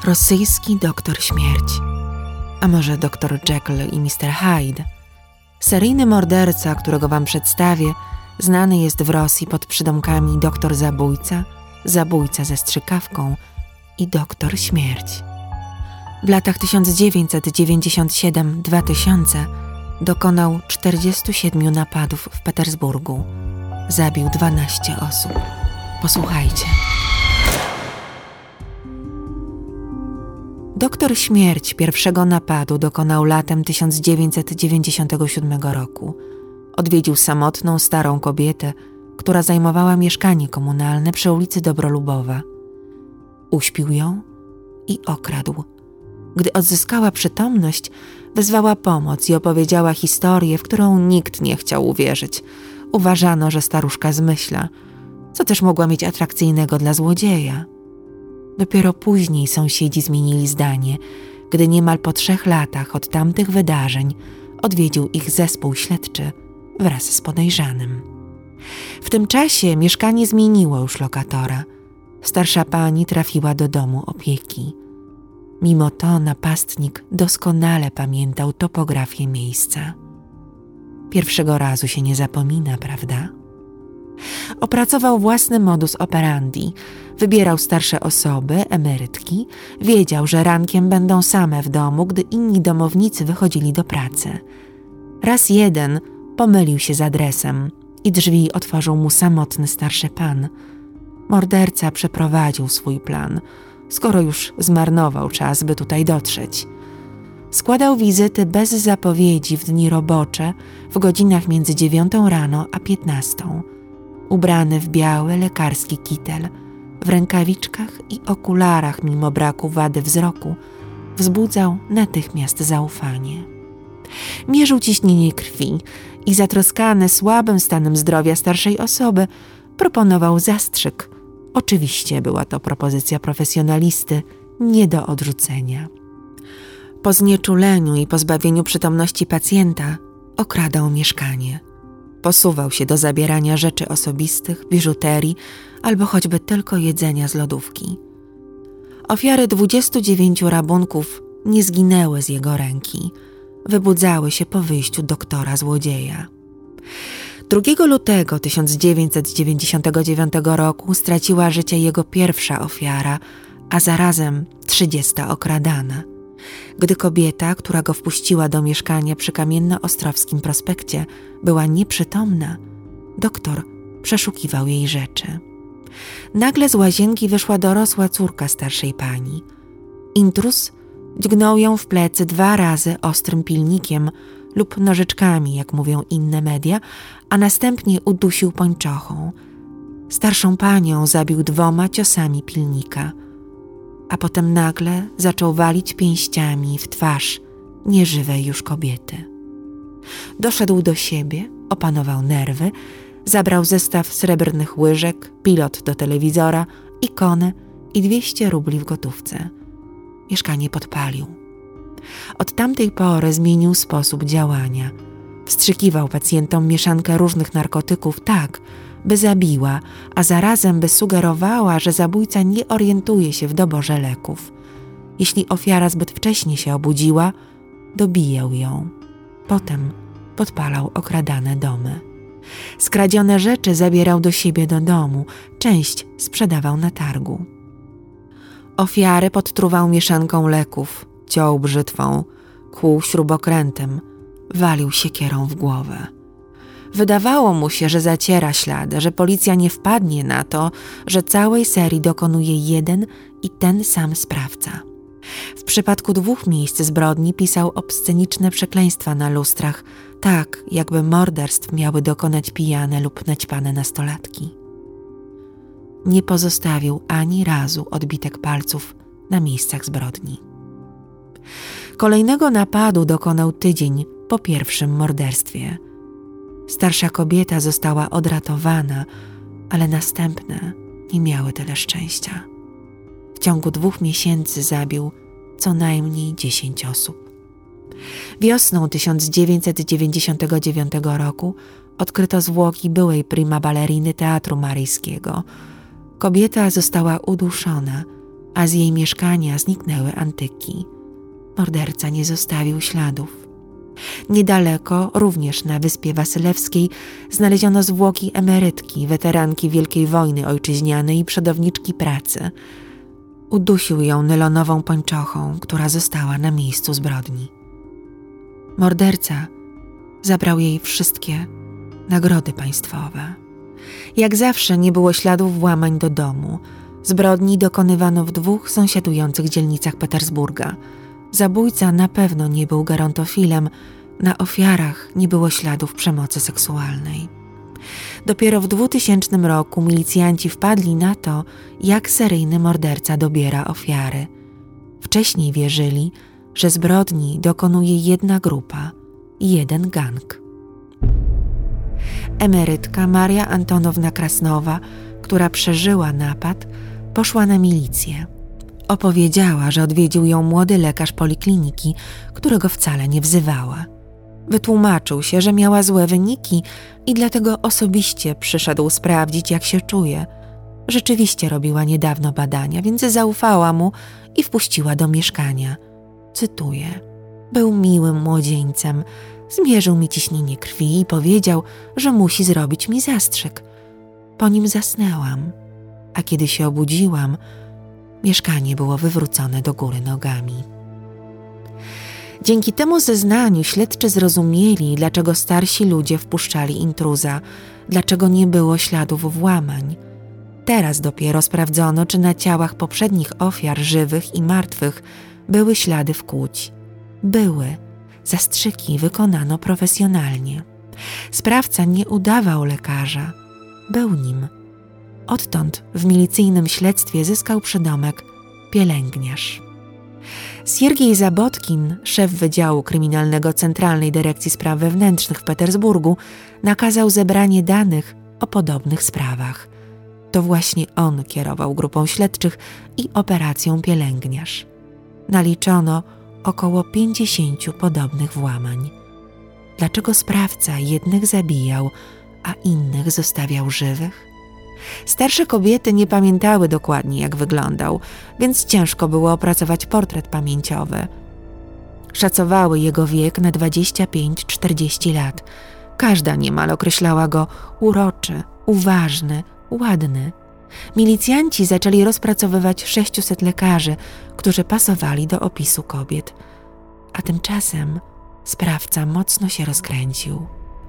Rosyjski doktor śmierć. A może doktor Jekyll i Mr. Hyde? Seryjny morderca, którego wam przedstawię, znany jest w Rosji pod przydomkami doktor zabójca, zabójca ze strzykawką i doktor śmierć. W latach 1997-2000 dokonał 47 napadów w Petersburgu. Zabił 12 osób. Posłuchajcie. Doktor śmierć pierwszego napadu dokonał latem 1997 roku. Odwiedził samotną, starą kobietę, która zajmowała mieszkanie komunalne przy ulicy Dobrolubowa. Uśpił ją i okradł. Gdy odzyskała przytomność, wezwała pomoc i opowiedziała historię, w którą nikt nie chciał uwierzyć. Uważano, że staruszka zmyśla, co też mogła mieć atrakcyjnego dla złodzieja. Dopiero później sąsiedzi zmienili zdanie, gdy niemal po 3 latach od tamtych wydarzeń odwiedził ich zespół śledczy wraz z podejrzanym. W tym czasie mieszkanie zmieniło już lokatora. Starsza pani trafiła do domu opieki. Mimo to napastnik doskonale pamiętał topografię miejsca. Pierwszego razu się nie zapomina, prawda? Opracował własny modus operandi. Wybierał starsze osoby, emerytki. Wiedział, że rankiem będą same w domu, gdy inni domownicy wychodzili do pracy. Raz jeden pomylił się z adresem i drzwi otworzył mu samotny starszy pan. Morderca przeprowadził swój plan, skoro już zmarnował czas, by tutaj dotrzeć. Składał wizyty bez zapowiedzi w dni robocze w godzinach między 9 rano a 15. Ubrany w biały lekarski kitel, w rękawiczkach i okularach mimo braku wady wzroku, wzbudzał natychmiast zaufanie. Mierzył ciśnienie krwi i zatroskany słabym stanem zdrowia starszej osoby proponował zastrzyk. Oczywiście była to propozycja profesjonalisty, nie do odrzucenia. Po znieczuleniu i pozbawieniu przytomności pacjenta okradał mieszkanie. Posuwał się do zabierania rzeczy osobistych, biżuterii albo choćby tylko jedzenia z lodówki. Ofiary 29 rabunków nie zginęły z jego ręki. Wybudzały się po wyjściu doktora złodzieja. 2 lutego 1999 roku straciła życie jego pierwsza ofiara, a zarazem 30 okradana. Gdy kobieta, która go wpuściła do mieszkania przy Kamienno-Ostrowskim prospekcie, była nieprzytomna, doktor przeszukiwał jej rzeczy. Nagle z łazienki wyszła dorosła córka starszej pani. Intruz dźgnął ją w plecy 2 razy ostrym pilnikiem lub nożyczkami, jak mówią inne media, a następnie udusił pończochą. Starszą panią zabił 2 ciosami pilnika, a potem nagle zaczął walić pięściami w twarz nieżywej już kobiety. Doszedł do siebie, opanował nerwy, zabrał zestaw srebrnych łyżek, pilot do telewizora, ikonę i 200 rubli w gotówce. Mieszkanie podpalił. Od tamtej pory zmienił sposób działania. Wstrzykiwał pacjentom mieszankę różnych narkotyków tak, by zabiła, a zarazem by sugerowała, że zabójca nie orientuje się w doborze leków. Jeśli ofiara zbyt wcześnie się obudziła, dobijał ją. Potem podpalał okradane domy. Skradzione rzeczy zabierał do siebie do domu, część sprzedawał na targu. Ofiary podtruwał mieszanką leków, ciął brzytwą, kłuł śrubokrętem, walił siekierą w głowę. Wydawało mu się, że zaciera ślady, że policja nie wpadnie na to, że całej serii dokonuje jeden i ten sam sprawca. W przypadku 2 miejsc zbrodni pisał obsceniczne przekleństwa na lustrach, tak jakby morderstw miały dokonać pijane lub naćpane nastolatki. Nie pozostawił ani razu odbitek palców na miejscach zbrodni. Kolejnego napadu dokonał tydzień po pierwszym morderstwie. Starsza kobieta została odratowana, ale następne nie miały tyle szczęścia. W ciągu 2 miesięcy zabił co najmniej 10 osób. Wiosną 1999 roku odkryto zwłoki byłej prima balleriny Teatru Maryjskiego. Kobieta została uduszona, a z jej mieszkania zniknęły antyki. Morderca nie zostawił śladów. Niedaleko, również na Wyspie Wasylewskiej, znaleziono zwłoki emerytki, weteranki Wielkiej Wojny Ojczyźnianej i przodowniczki pracy. Udusił ją nylonową pończochą, która została na miejscu zbrodni. Morderca zabrał jej wszystkie nagrody państwowe. Jak zawsze nie było śladów włamań do domu. Zbrodni dokonywano w 2 sąsiadujących dzielnicach Petersburga. Zabójca na pewno nie był gerontofilem, na ofiarach nie było śladów przemocy seksualnej. Dopiero w 2000 roku milicjanci wpadli na to, jak seryjny morderca dobiera ofiary. Wcześniej wierzyli, że zbrodni dokonuje jedna grupa, jeden gang. Emerytka Maria Antonowna Krasnowa, która przeżyła napad, poszła na milicję. Opowiedziała, że odwiedził ją młody lekarz polikliniki, którego wcale nie wzywała. Wytłumaczył się, że miała złe wyniki i dlatego osobiście przyszedł sprawdzić, jak się czuje. Rzeczywiście robiła niedawno badania, więc zaufała mu i wpuściła do mieszkania. Cytuję: był miłym młodzieńcem, zmierzył mi ciśnienie krwi i powiedział, że musi zrobić mi zastrzyk. Po nim zasnęłam, a kiedy się obudziłam, mieszkanie było wywrócone do góry nogami. Dzięki temu zeznaniu śledczy zrozumieli, dlaczego starsi ludzie wpuszczali intruza, dlaczego nie było śladów włamań. Teraz dopiero sprawdzono, czy na ciałach poprzednich ofiar, żywych i martwych, były ślady wkłuć. Były. Zastrzyki wykonano profesjonalnie. Sprawca nie udawał lekarza. Był nim. Odtąd w milicyjnym śledztwie zyskał przydomek pielęgniarz. Siergiej Zabotkin, szef Wydziału Kryminalnego Centralnej Dyrekcji Spraw Wewnętrznych w Petersburgu, nakazał zebranie danych o podobnych sprawach. To właśnie on kierował grupą śledczych i operacją pielęgniarz. Naliczono około 50 podobnych włamań. Dlaczego sprawca jednych zabijał, a innych zostawiał żywych? Starsze kobiety nie pamiętały dokładnie, jak wyglądał, więc ciężko było opracować portret pamięciowy. Szacowały jego wiek na 25-40 lat. Każda niemal określała go uroczy, uważny, ładny. Milicjanci zaczęli rozpracowywać 600 lekarzy, którzy pasowali do opisu kobiet. A tymczasem sprawca mocno się rozkręcił.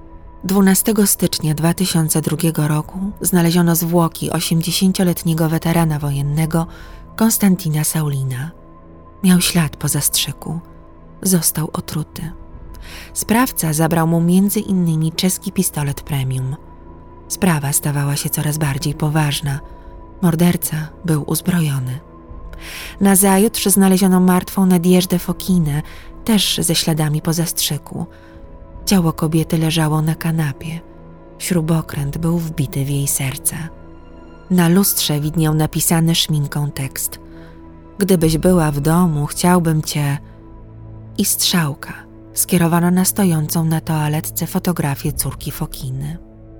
12 stycznia 2002 roku znaleziono zwłoki 80-letniego weterana wojennego Konstantina Saulina. Miał ślad po zastrzyku. Został otruty. Sprawca zabrał mu m.in. czeski pistolet premium. Sprawa stawała się coraz bardziej poważna. Morderca był uzbrojony. Nazajutrz znaleziono martwą Nadjeżdę Fokinę, też ze śladami po zastrzyku. Ciało kobiety leżało na kanapie. Śrubokręt był wbity w jej serce. Na lustrze widniał napisany szminką tekst: gdybyś była w domu, chciałbym cię... I strzałka skierowana na stojącą na toaletce fotografię córki Fokiny.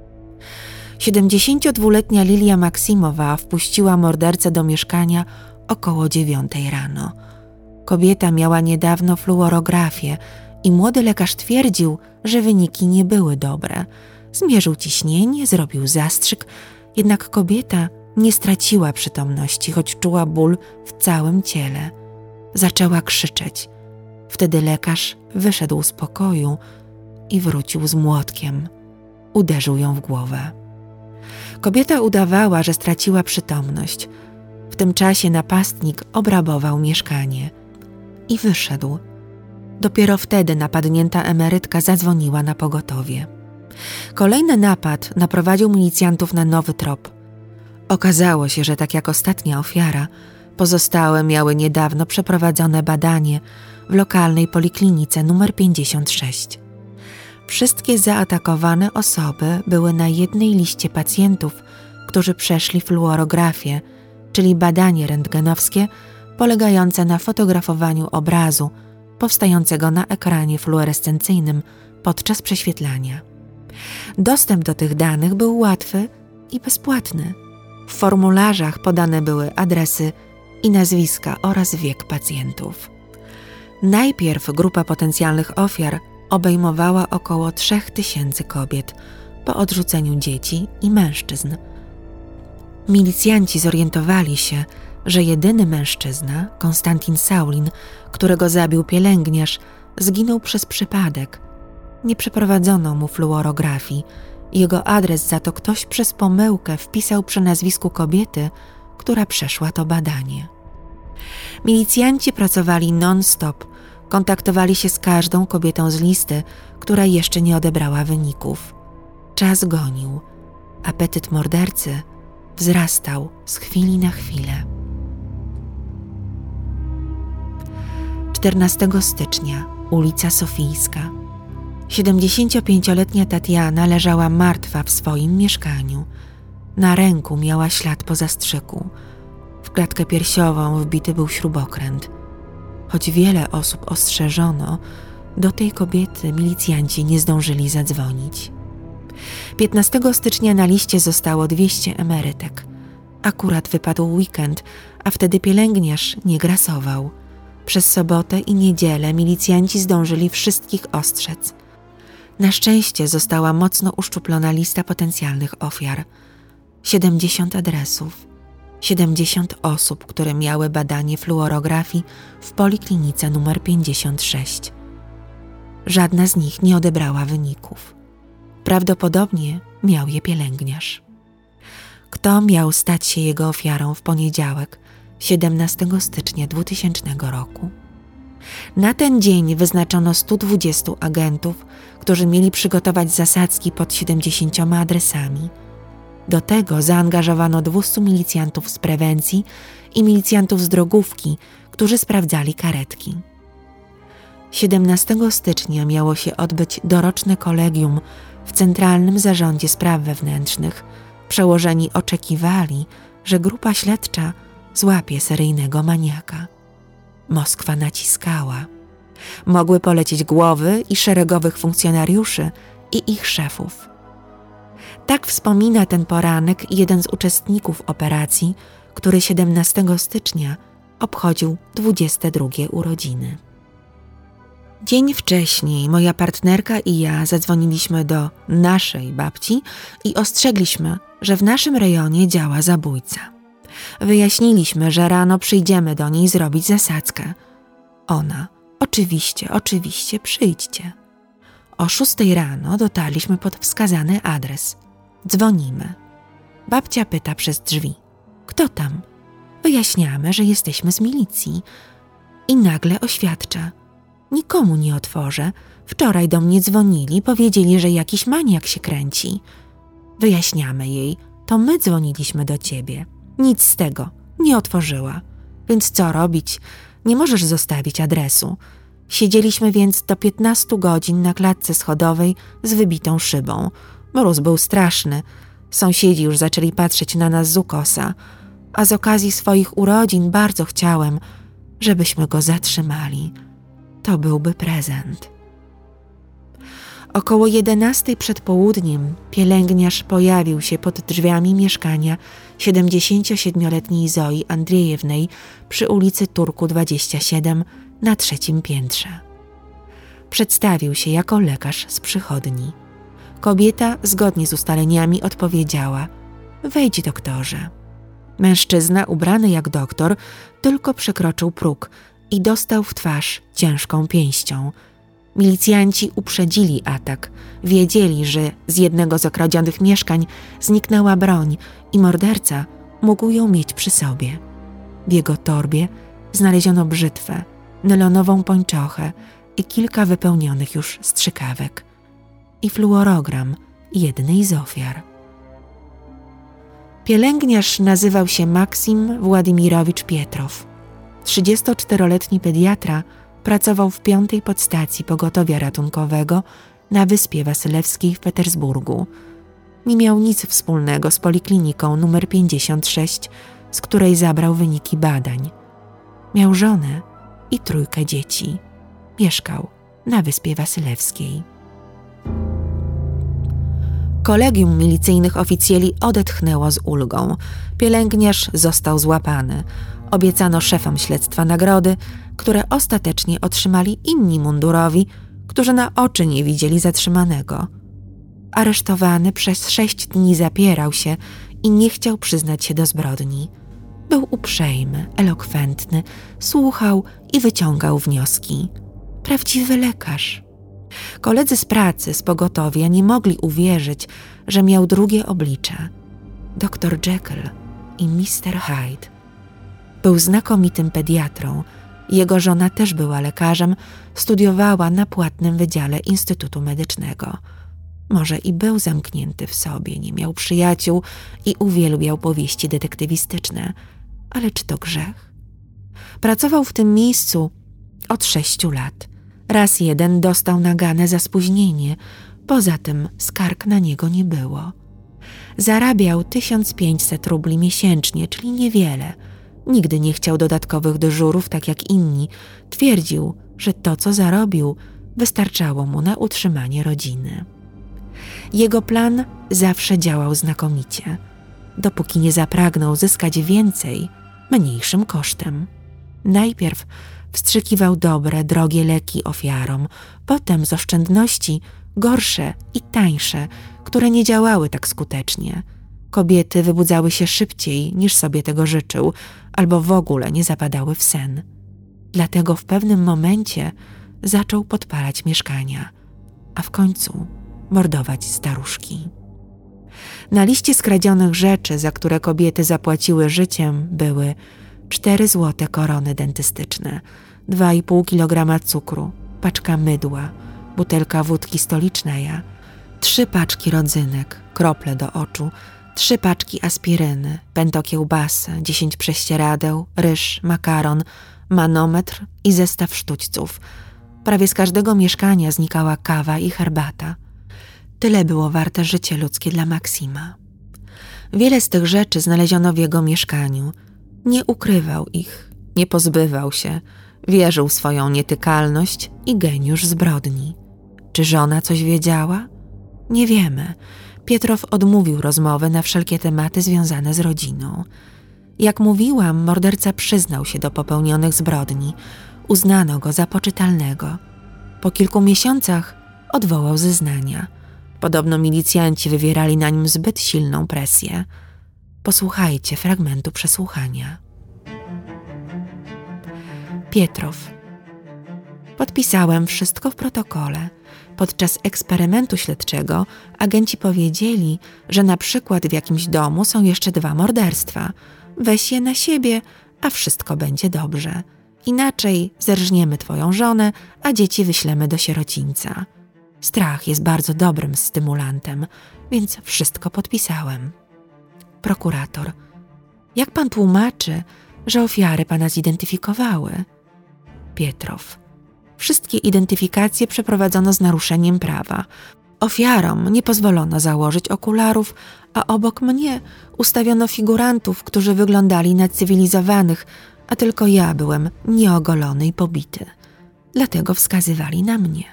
72-letnia Lilia Maksimowa wpuściła mordercę do mieszkania około 9 rano. Kobieta miała niedawno fluorografię i młody lekarz twierdził, że wyniki nie były dobre. Zmierzył ciśnienie, zrobił zastrzyk, jednak kobieta nie straciła przytomności, choć czuła ból w całym ciele. Zaczęła krzyczeć. Wtedy lekarz wyszedł z pokoju i wrócił z młotkiem. Uderzył ją w głowę. Kobieta udawała, że straciła przytomność. W tym czasie napastnik obrabował mieszkanie i wyszedł. Dopiero wtedy napadnięta emerytka zadzwoniła na pogotowie. Kolejny napad naprowadził milicjantów na nowy trop. Okazało się, że tak jak ostatnia ofiara, pozostałe miały niedawno przeprowadzone badanie w lokalnej poliklinice nr 56. Wszystkie zaatakowane osoby były na jednej liście pacjentów, którzy przeszli fluorografię, czyli badanie rentgenowskie polegające na fotografowaniu obrazu powstającego na ekranie fluorescencyjnym podczas prześwietlania. Dostęp do tych danych był łatwy i bezpłatny. W formularzach podane były adresy i nazwiska oraz wiek pacjentów. Najpierw grupa potencjalnych ofiar obejmowała około 3000 kobiet po odrzuceniu dzieci i mężczyzn. Milicjanci zorientowali się, że jedyny mężczyzna, Konstantin Saulin, którego zabił pielęgniarz, zginął przez przypadek. Nie przeprowadzono mu fluorografii. Jego adres za to ktoś przez pomyłkę wpisał przy nazwisku kobiety, która przeszła to badanie. Milicjanci pracowali non-stop, kontaktowali się z każdą kobietą z listy, która jeszcze nie odebrała wyników. Czas gonił. Apetyt mordercy wzrastał z chwili na chwilę. 14 stycznia, ulica Sofijska. 75-letnia Tatiana leżała martwa w swoim mieszkaniu. Na ręku miała ślad po zastrzyku. W klatkę piersiową wbity był śrubokręt. Choć wiele osób ostrzeżono, do tej kobiety milicjanci nie zdążyli zadzwonić. 15 stycznia na liście zostało 200 emerytek. Akurat wypadł weekend, a wtedy pielęgniarz nie grasował. Przez sobotę i niedzielę milicjanci zdążyli wszystkich ostrzec. Na szczęście została mocno uszczuplona lista potencjalnych ofiar. 70 adresów, 70 osób, które miały badanie fluorografii w poliklinice numer 56. Żadna z nich nie odebrała wyników. Prawdopodobnie miał je pielęgniarz. Kto miał stać się jego ofiarą w poniedziałek, 17 stycznia 2000 roku? Na ten dzień wyznaczono 120 agentów, którzy mieli przygotować zasadzki pod 70 adresami. Do tego zaangażowano 200 milicjantów z prewencji i milicjantów z drogówki, którzy sprawdzali karetki. 17 stycznia miało się odbyć doroczne kolegium w Centralnym Zarządzie Spraw Wewnętrznych. Przełożeni oczekiwali, że grupa śledcza złapie seryjnego maniaka. Moskwa naciskała. Mogły polecieć głowy i szeregowych funkcjonariuszy i ich szefów. Tak wspomina ten poranek jeden z uczestników operacji, który 17 stycznia obchodził 22 urodziny. Dzień wcześniej moja partnerka i ja zadzwoniliśmy do naszej babci i ostrzegliśmy, że w naszym rejonie działa zabójca. Wyjaśniliśmy, że rano przyjdziemy do niej zrobić zasadzkę. Ona: oczywiście, przyjdźcie. O 6 rano dotarliśmy pod wskazany adres. Dzwonimy. Babcia pyta przez drzwi: kto tam? Wyjaśniamy, że jesteśmy z milicji. I nagle oświadcza: nikomu nie otworzę. Wczoraj do mnie dzwonili, powiedzieli, że jakiś maniak się kręci. Wyjaśniamy jej: to my dzwoniliśmy do ciebie. Nic z tego, nie otworzyła. Więc co robić? Nie możesz zostawić adresu. Siedzieliśmy więc do 15 godzin na klatce schodowej z wybitą szybą. Mróz był straszny. Sąsiedzi już zaczęli patrzeć na nas z ukosa. A z okazji swoich urodzin bardzo chciałem, żebyśmy go zatrzymali. To byłby prezent. Około 11 przed południem pielęgniarz pojawił się pod drzwiami mieszkania 77-letniej Zoi Andrzejewnej przy ulicy Turku 27 na 3. piętrze. Przedstawił się jako lekarz z przychodni. Kobieta zgodnie z ustaleniami odpowiedziała: wejdź, doktorze. Mężczyzna ubrany jak doktor tylko przekroczył próg i dostał w twarz ciężką pięścią. Milicjanci uprzedzili atak. Wiedzieli, że z jednego z okradzionych mieszkań zniknęła broń i morderca mógł ją mieć przy sobie. W jego torbie znaleziono brzytwę, nylonową pończochę i kilka wypełnionych już strzykawek. I fluorogram jednej z ofiar. Pielęgniarz nazywał się Maksim Władimirowicz Pietrow. 34-letni pediatra pracował w 5. podstacji pogotowia ratunkowego na Wyspie Wasylewskiej w Petersburgu. Nie miał nic wspólnego z polikliniką numer 56, z której zabrał wyniki badań. Miał żonę i 3 dzieci. Mieszkał na Wyspie Wasylewskiej. Kolegium milicyjnych oficjeli odetchnęło z ulgą. Pielęgniarz został złapany. Obiecano szefom śledztwa nagrody, które ostatecznie otrzymali inni mundurowi, którzy na oczy nie widzieli zatrzymanego. Aresztowany przez 6 dni zapierał się i nie chciał przyznać się do zbrodni. Był uprzejmy, elokwentny, słuchał i wyciągał wnioski. Prawdziwy lekarz. Koledzy z pracy, z pogotowia nie mogli uwierzyć, że miał drugie oblicze. Dr Jekyll i Mr Hyde. Był znakomitym pediatrą. Jego żona też była lekarzem, studiowała na płatnym wydziale Instytutu Medycznego. Może i był zamknięty w sobie, nie miał przyjaciół i uwielbiał powieści detektywistyczne. Ale czy to grzech? Pracował w tym miejscu od 6 lat. Raz jeden dostał naganę za spóźnienie, poza tym skarg na niego nie było. Zarabiał 1500 rubli miesięcznie, czyli niewiele. Nigdy nie chciał dodatkowych dyżurów, tak jak inni. Twierdził, że to, co zarobił, wystarczało mu na utrzymanie rodziny. Jego plan zawsze działał znakomicie, dopóki nie zapragnął zyskać więcej mniejszym kosztem. Najpierw wstrzykiwał dobre, drogie leki ofiarom, potem z oszczędności gorsze i tańsze, które nie działały tak skutecznie. Kobiety wybudzały się szybciej, niż sobie tego życzył, albo w ogóle nie zapadały w sen. Dlatego w pewnym momencie zaczął podpalać mieszkania, a w końcu mordować staruszki. Na liście skradzionych rzeczy, za które kobiety zapłaciły życiem, były 4 złote korony dentystyczne, 2,5 kilograma cukru, paczka mydła, butelka wódki stolicznej, 3 paczki rodzynek, krople do oczu, 3 paczki aspiryny, pęto kiełbasy, 10 prześcieradeł, ryż, makaron, manometr i zestaw sztućców. Prawie z każdego mieszkania znikała kawa i herbata. Tyle było warte życie ludzkie dla Maksima. Wiele z tych rzeczy znaleziono w jego mieszkaniu. Nie ukrywał ich, nie pozbywał się, wierzył w swoją nietykalność i geniusz zbrodni. Czy żona coś wiedziała? Nie wiemy. Pietrow odmówił rozmowy na wszelkie tematy związane z rodziną. Jak mówiłam, morderca przyznał się do popełnionych zbrodni. Uznano go za poczytalnego. Po kilku miesiącach odwołał zeznania. Podobno milicjanci wywierali na nim zbyt silną presję. Posłuchajcie fragmentu przesłuchania. Pietrow. Podpisałem wszystko w protokole. Podczas eksperymentu śledczego agenci powiedzieli, że na przykład w jakimś domu są jeszcze 2 morderstwa. Weź je na siebie, a wszystko będzie dobrze. Inaczej zerżniemy twoją żonę, a dzieci wyślemy do sierocińca. Strach jest bardzo dobrym stymulantem, więc wszystko podpisałem. Prokurator. Jak pan tłumaczy, że ofiary pana zidentyfikowały? Pietrow. Wszystkie identyfikacje przeprowadzono z naruszeniem prawa. Ofiarom nie pozwolono założyć okularów, a obok mnie ustawiono figurantów, którzy wyglądali na cywilizowanych, a tylko ja byłem nieogolony i pobity. Dlatego wskazywali na mnie.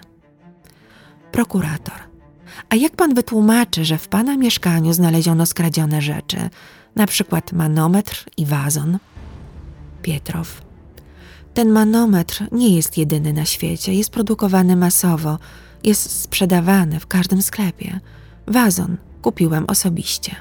Prokurator. A jak pan wytłumaczy, że w pana mieszkaniu znaleziono skradzione rzeczy, na przykład manometr i wazon? Pietrow. Ten manometr nie jest jedyny na świecie, jest produkowany masowo, jest sprzedawany w każdym sklepie. Wazon kupiłem osobiście.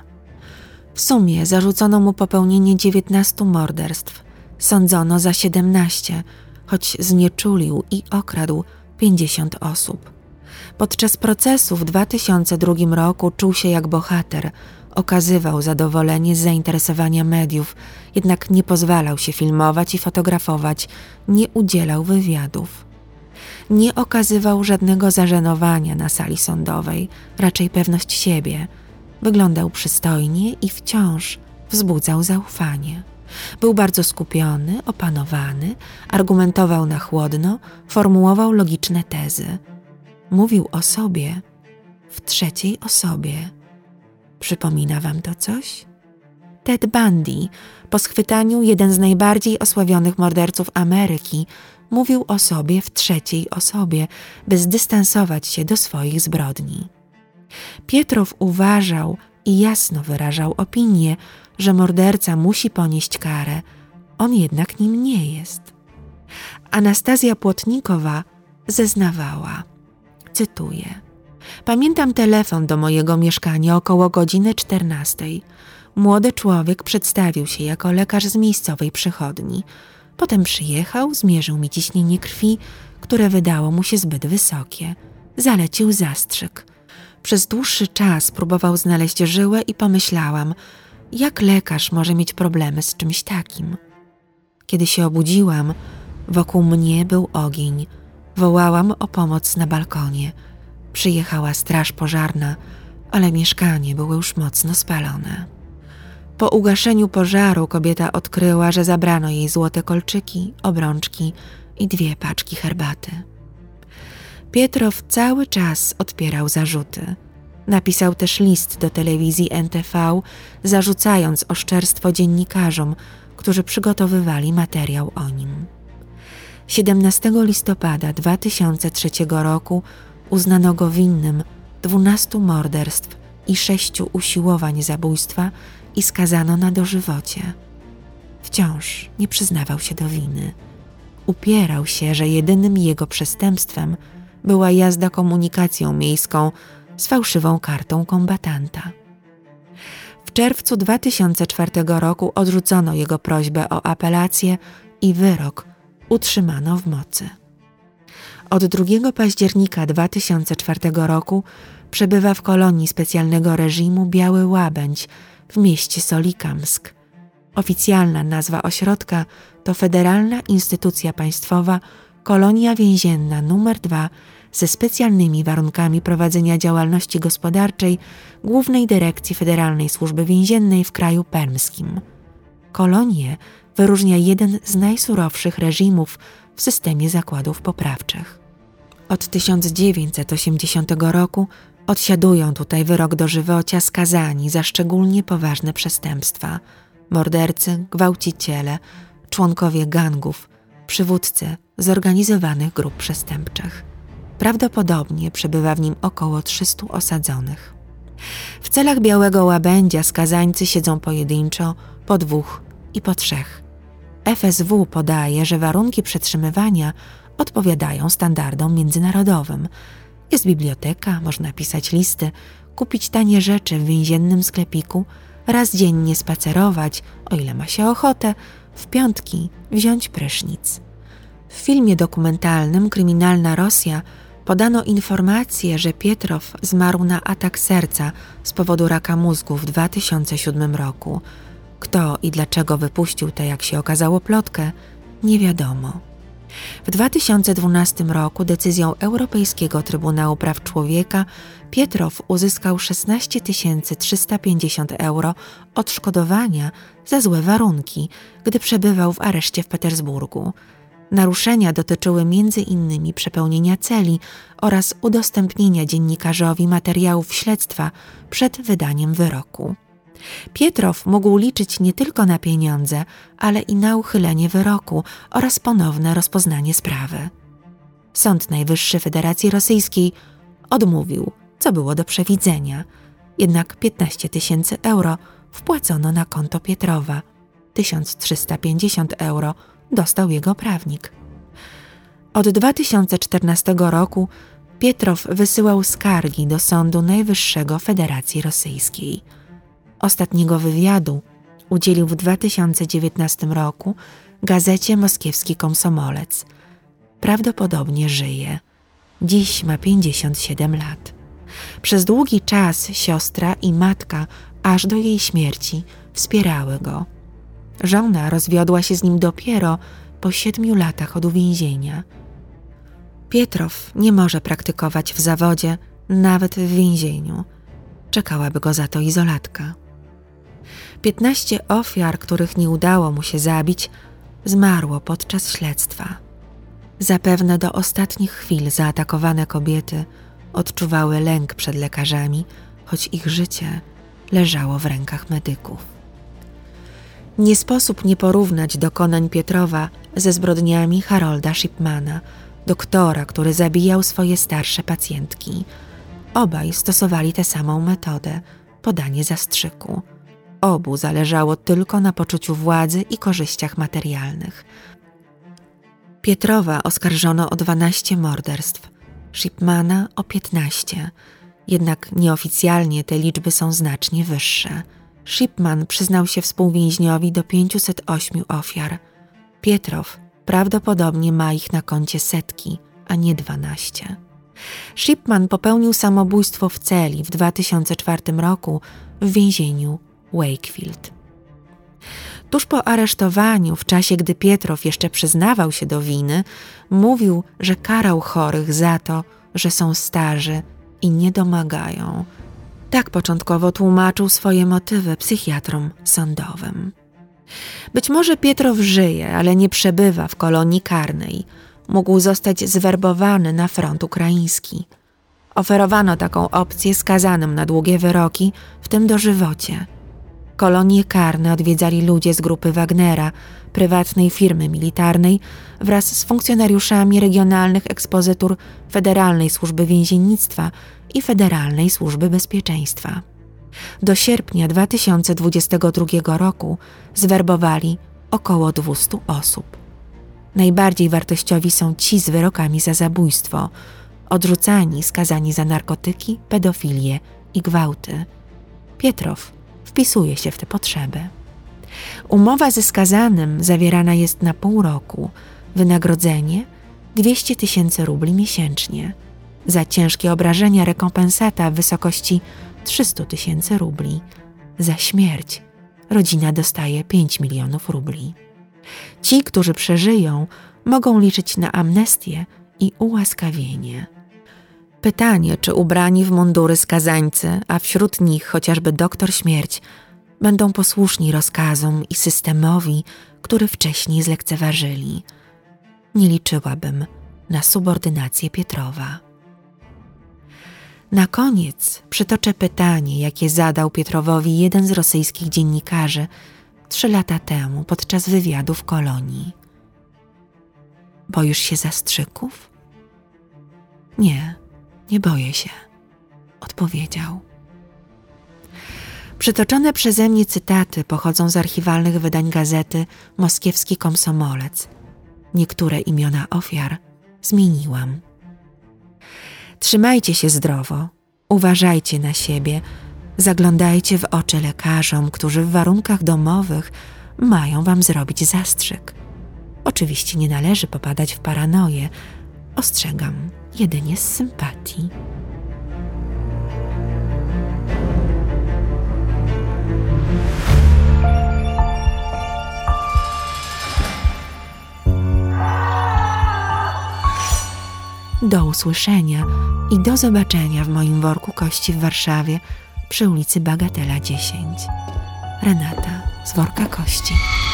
W sumie zarzucono mu popełnienie 19 morderstw. Sądzono za 17, choć znieczulił i okradł 50 osób. Podczas procesu w 2002 roku czuł się jak bohater. Okazywał zadowolenie z zainteresowania mediów, jednak nie pozwalał się filmować i fotografować, nie udzielał wywiadów. Nie okazywał żadnego zażenowania na sali sądowej, raczej pewność siebie. Wyglądał przystojnie i wciąż wzbudzał zaufanie. Był bardzo skupiony, opanowany, argumentował na chłodno, formułował logiczne tezy. Mówił o sobie w trzeciej osobie. Przypomina wam to coś? Ted Bundy, po schwytaniu jeden z najbardziej osławionych morderców Ameryki, mówił o sobie w trzeciej osobie, by zdystansować się do swoich zbrodni. Pietrow uważał i jasno wyrażał opinię, że morderca musi ponieść karę. on jednak nim nie jest. Anastazja Płotnikowa zeznawała, cytuję: pamiętam telefon do mojego mieszkania około godziny 14. Młody człowiek przedstawił się jako lekarz z miejscowej przychodni. Potem przyjechał, zmierzył mi ciśnienie krwi, które wydało mu się zbyt wysokie. Zalecił zastrzyk. Przez dłuższy czas próbował znaleźć żyłę i pomyślałam, jak lekarz może mieć problemy z czymś takim. Kiedy się obudziłam, wokół mnie był ogień. Wołałam o pomoc na balkonie. Przyjechała straż pożarna, ale mieszkanie było już mocno spalone. Po ugaszeniu pożaru kobieta odkryła, że zabrano jej złote kolczyki, obrączki i 2 paczki herbaty. Pietrow cały czas odpierał zarzuty. Napisał też list do telewizji NTV, zarzucając oszczerstwo dziennikarzom, którzy przygotowywali materiał o nim. 17 listopada 2003 roku uznano go winnym 12 morderstw i 6 usiłowań zabójstwa i skazano na dożywocie. Wciąż nie przyznawał się do winy. Upierał się, że jedynym jego przestępstwem była jazda komunikacją miejską z fałszywą kartą kombatanta. W czerwcu 2004 roku odrzucono jego prośbę o apelację i wyrok utrzymano w mocy. Od 2 października 2004 roku przebywa w kolonii specjalnego reżimu Biały Łabędź w mieście Solikamsk. Oficjalna nazwa ośrodka to Federalna Instytucja Państwowa Kolonia Więzienna nr 2 ze specjalnymi warunkami prowadzenia działalności gospodarczej Głównej Dyrekcji Federalnej Służby Więziennej w kraju permskim. Kolonię wyróżnia jeden z najsurowszych reżimów w systemie zakładów poprawczych. Od 1980 roku odsiadują tutaj wyrok dożywocia skazani za szczególnie poważne przestępstwa: mordercy, gwałciciele, członkowie gangów, przywódcy zorganizowanych grup przestępczych. Prawdopodobnie przebywa w nim około 300 osadzonych. W celach Białego Łabędzia skazańcy siedzą pojedynczo, po 2 i po 3. FSW podaje, że warunki przetrzymywania odpowiadają standardom międzynarodowym. Jest biblioteka, można pisać listy, kupić tanie rzeczy w więziennym sklepiku, raz dziennie spacerować, o ile ma się ochotę, w piątki wziąć prysznic. W filmie dokumentalnym Kryminalna Rosja podano informację, że Pietrow zmarł na atak serca z powodu raka mózgu w 2007 roku. Kto i dlaczego wypuścił tę, jak się okazało, plotkę, nie wiadomo. W 2012 roku decyzją Europejskiego Trybunału Praw Człowieka Pietrow uzyskał 16 350 € odszkodowania za złe warunki, gdy przebywał w areszcie w Petersburgu. Naruszenia dotyczyły m.in. przepełnienia celi oraz udostępnienia dziennikarzowi materiałów śledztwa przed wydaniem wyroku. Pietrow mógł liczyć nie tylko na pieniądze, ale i na uchylenie wyroku oraz ponowne rozpoznanie sprawy. Sąd Najwyższy Federacji Rosyjskiej odmówił, co było do przewidzenia. Jednak 15 000 € wpłacono na konto Pietrowa. 1350 € dostał jego prawnik. Od 2014 roku Pietrow wysyłał skargi do Sądu Najwyższego Federacji Rosyjskiej. Ostatniego wywiadu udzielił w 2019 roku gazecie Moskiewski Komsomolec. Prawdopodobnie żyje. Dziś ma 57 lat. Przez długi czas siostra i matka, aż do jej śmierci, wspierały go. Żona rozwiodła się z nim dopiero po 7 latach od uwięzienia. Pietrow nie może praktykować w zawodzie, nawet w więzieniu. Czekałaby go za to izolatka. 15 ofiar, których nie udało mu się zabić, zmarło podczas śledztwa. Zapewne do ostatnich chwil zaatakowane kobiety odczuwały lęk przed lekarzami, choć ich życie leżało w rękach medyków. Nie sposób nie porównać dokonań Pietrowa ze zbrodniami Harolda Shipmana, doktora, który zabijał swoje starsze pacjentki. Obaj stosowali tę samą metodę – podanie zastrzyku. Obu zależało tylko na poczuciu władzy i korzyściach materialnych. Pietrowa oskarżono o 12 morderstw, Shipmana o 15, jednak nieoficjalnie te liczby są znacznie wyższe. Shipman przyznał się współwięźniowi do 508 ofiar. Pietrow prawdopodobnie ma ich na koncie setki, a nie 12. Shipman popełnił samobójstwo w celi w 2004 roku w więzieniu Wakefield. Tuż po aresztowaniu, w czasie gdy Pietrow jeszcze przyznawał się do winy, mówił, że karał chorych za to, że są starzy i nie domagają. Tak początkowo tłumaczył swoje motywy psychiatrom sądowym. Być może Pietrow żyje, ale nie przebywa w kolonii karnej. Mógł zostać zwerbowany na front ukraiński. Oferowano taką opcję skazanym na długie wyroki, w tym dożywocie. Kolonie karne odwiedzali ludzie z grupy Wagnera, prywatnej firmy militarnej, wraz z funkcjonariuszami regionalnych ekspozytur Federalnej Służby Więziennictwa i Federalnej Służby Bezpieczeństwa. Do sierpnia 2022 roku zwerbowali około 200 osób. Najbardziej wartościowi są ci z wyrokami za zabójstwo, odrzucani skazani za narkotyki, pedofilię i gwałty. Pietrow wpisuje się w te potrzeby. Umowa ze skazanym zawierana jest na pół roku. Wynagrodzenie 200 000 rubli miesięcznie. Za ciężkie obrażenia rekompensata w wysokości 300 000 rubli. Za śmierć rodzina dostaje 5 milionów rubli. Ci, którzy przeżyją, mogą liczyć na amnestię i ułaskawienie. Pytanie, czy ubrani w mundury skazańcy, a wśród nich chociażby doktor śmierć, będą posłuszni rozkazom i systemowi, który wcześniej zlekceważyli. Nie liczyłabym na subordynację Pietrowa. Na koniec przytoczę pytanie, jakie zadał Pietrowowi jeden z rosyjskich dziennikarzy 3 lata temu podczas wywiadu w kolonii. Boisz się zastrzyków? Nie boję się, odpowiedział. Przytoczone przeze mnie cytaty pochodzą z archiwalnych wydań gazety Moskiewski Komsomolec. Niektóre imiona ofiar zmieniłam. Trzymajcie się zdrowo, uważajcie na siebie, zaglądajcie w oczy lekarzom, którzy w warunkach domowych mają wam zrobić zastrzyk. Oczywiście nie należy popadać w paranoję, ostrzegam jedynie z sympatii. Do usłyszenia i do zobaczenia w moim worku kości w Warszawie przy ulicy Bagatela 10. Renata z worka kości.